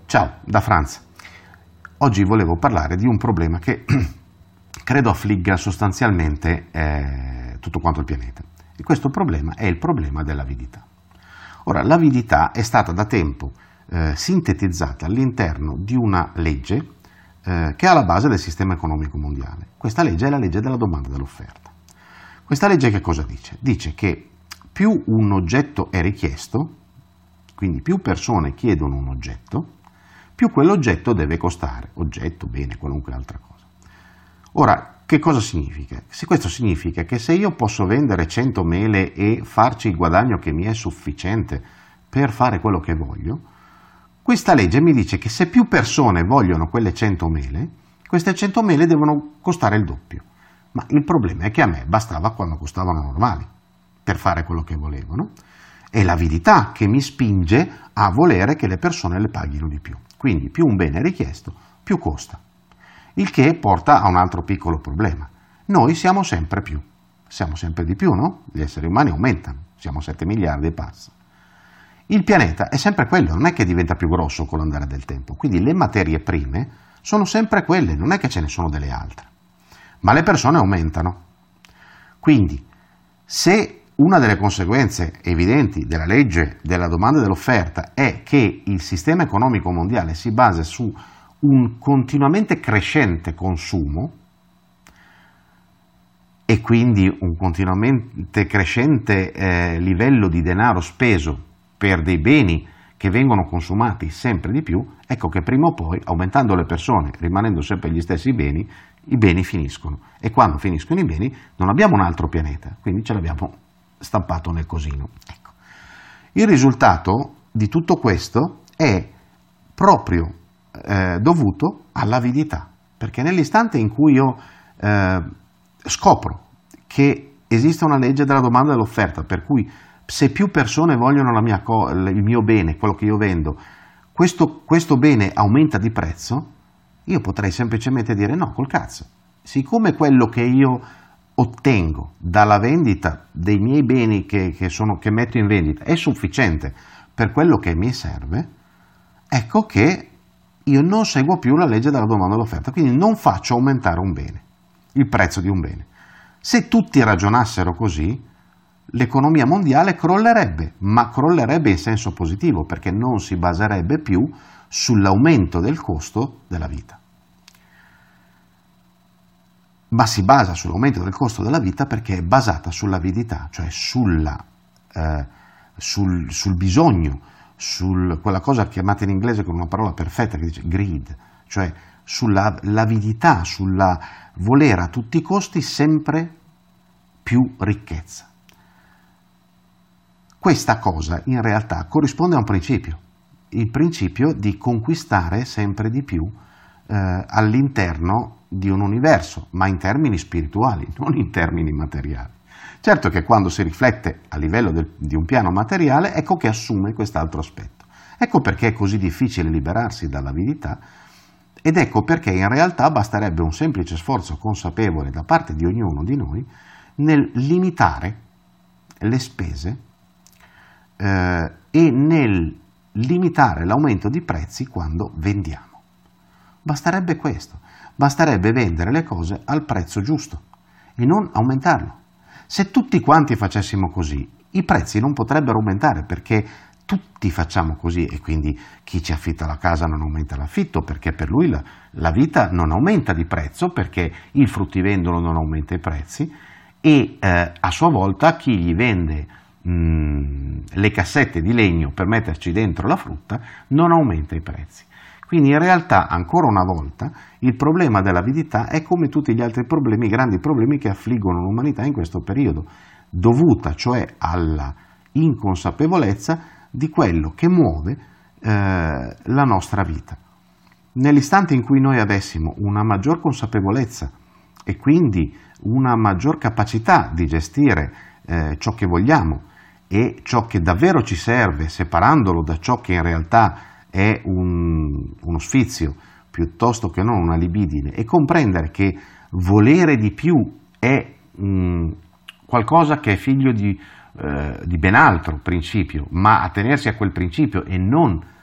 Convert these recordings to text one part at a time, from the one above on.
Ciao, da Franz. Oggi volevo parlare di un problema che credo affligga sostanzialmente tutto quanto il pianeta. E questo problema è il problema dell'avidità. Ora, l'avidità è stata da tempo sintetizzata all'interno di una legge che è alla base del sistema economico mondiale. Questa legge è la legge della domanda e dell'offerta. Questa legge che cosa dice? Dice che più un oggetto è richiesto, quindi più persone chiedono un oggetto, più quell'oggetto deve costare, oggetto, bene, qualunque altra cosa. Ora, che cosa significa? Questo significa che se io posso vendere 100 mele e farci il guadagno che mi è sufficiente per fare quello che voglio, questa legge mi dice che se più persone vogliono quelle 100 mele, queste 100 mele devono costare il doppio. Ma il problema è che a me bastava quando costavano normali per fare quello che volevano. È l'avidità che mi spinge a volere che le persone le paghino di più. Quindi più un bene è richiesto, più costa. Il che porta a un altro piccolo problema. Noi siamo sempre di più, no? Gli esseri umani aumentano, siamo 7 miliardi e passa. Il pianeta è sempre quello, non è che diventa più grosso con l'andare del tempo. Quindi le materie prime sono sempre quelle, non è che ce ne sono delle altre. Ma le persone aumentano. Quindi, se una delle conseguenze evidenti della legge della domanda e dell'offerta è che il sistema economico mondiale si basa su un continuamente crescente consumo e quindi un continuamente crescente livello di denaro speso per dei beni che vengono consumati sempre di più, ecco che prima o poi, aumentando le persone, rimanendo sempre gli stessi beni, i beni finiscono. E quando finiscono i beni non abbiamo un altro pianeta, quindi ce l'abbiamo stampato nel cosino. Ecco. Il risultato di tutto questo è proprio dovuto all'avidità, perché nell'istante in cui io scopro che esiste una legge della domanda e dell'offerta, per cui se più persone vogliono il mio bene, quello che io vendo, questo bene aumenta di prezzo, io potrei semplicemente dire no, col cazzo. Siccome quello che io ottengo dalla vendita dei miei beni che metto in vendita è sufficiente per quello che mi serve, ecco che io non seguo più la legge della domanda e dell'offerta, quindi non faccio aumentare un bene, il prezzo di un bene. Se tutti ragionassero così, l'economia mondiale crollerebbe, ma crollerebbe in senso positivo, perché non si baserebbe più sull'aumento del costo della vita. Ma si basa sull'aumento del costo della vita perché è basata sull'avidità, cioè sul bisogno, quella cosa chiamata in inglese con una parola perfetta che dice greed, cioè sull'avidità, sulla volere a tutti i costi sempre più ricchezza. Questa cosa in realtà corrisponde a un principio, il principio di conquistare sempre di più all'interno di un universo, ma in termini spirituali, non in termini materiali. Certo che quando si riflette a livello di un piano materiale, ecco che assume quest'altro aspetto. Ecco perché è così difficile liberarsi dall'avidità ed ecco perché in realtà basterebbe un semplice sforzo consapevole da parte di ognuno di noi nel limitare le spese e nel limitare l'aumento di prezzi quando vendiamo. Basterebbe questo, basterebbe vendere le cose al prezzo giusto e non aumentarlo. Se tutti quanti facessimo così, i prezzi non potrebbero aumentare perché tutti facciamo così e quindi chi ci affitta la casa non aumenta l'affitto perché per lui la vita non aumenta di prezzo perché il fruttivendolo non aumenta i prezzi e a sua volta chi gli vende le cassette di legno per metterci dentro la frutta non aumenta i prezzi. Quindi in realtà, ancora una volta, il problema dell'avidità è come tutti gli altri problemi, i grandi problemi che affliggono l'umanità in questo periodo, dovuta cioè alla inconsapevolezza di quello che muove la nostra vita. Nell'istante in cui noi avessimo una maggior consapevolezza e quindi una maggior capacità di gestire ciò che vogliamo e ciò che davvero ci serve, separandolo da ciò che in realtà è uno sfizio piuttosto che non una libidine, e comprendere che volere di più è qualcosa che è figlio di ben altro principio, ma attenersi a quel principio e non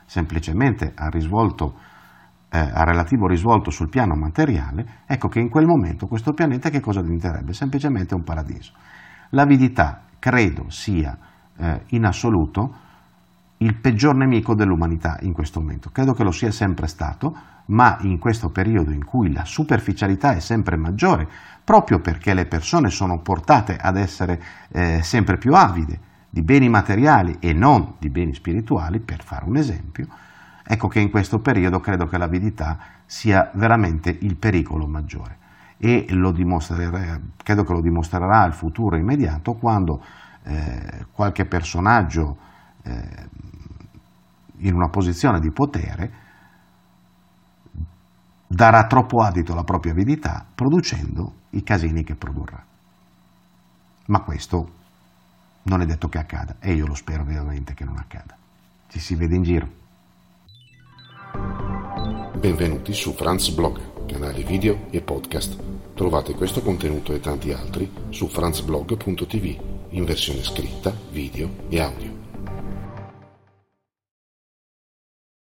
semplicemente al relativo risvolto sul piano materiale, ecco che in quel momento questo pianeta che cosa diventerebbe? Semplicemente un paradiso. L'avidità credo sia in assoluto il peggior nemico dell'umanità in questo momento. Credo che lo sia sempre stato, ma in questo periodo in cui la superficialità è sempre maggiore, proprio perché le persone sono portate ad essere sempre più avide di beni materiali e non di beni spirituali, per fare un esempio, ecco che in questo periodo credo che l'avidità sia veramente il pericolo maggiore e credo che lo dimostrerà il futuro immediato quando qualche personaggio in una posizione di potere darà troppo adito alla propria avidità producendo i casini che produrrà. Ma questo non è detto che accada e io lo spero vivamente che non accada. Ci si vede in giro. Benvenuti su Franz Blog, canale video e podcast. Trovate questo contenuto e tanti altri su franzblog.tv in versione scritta, video e audio.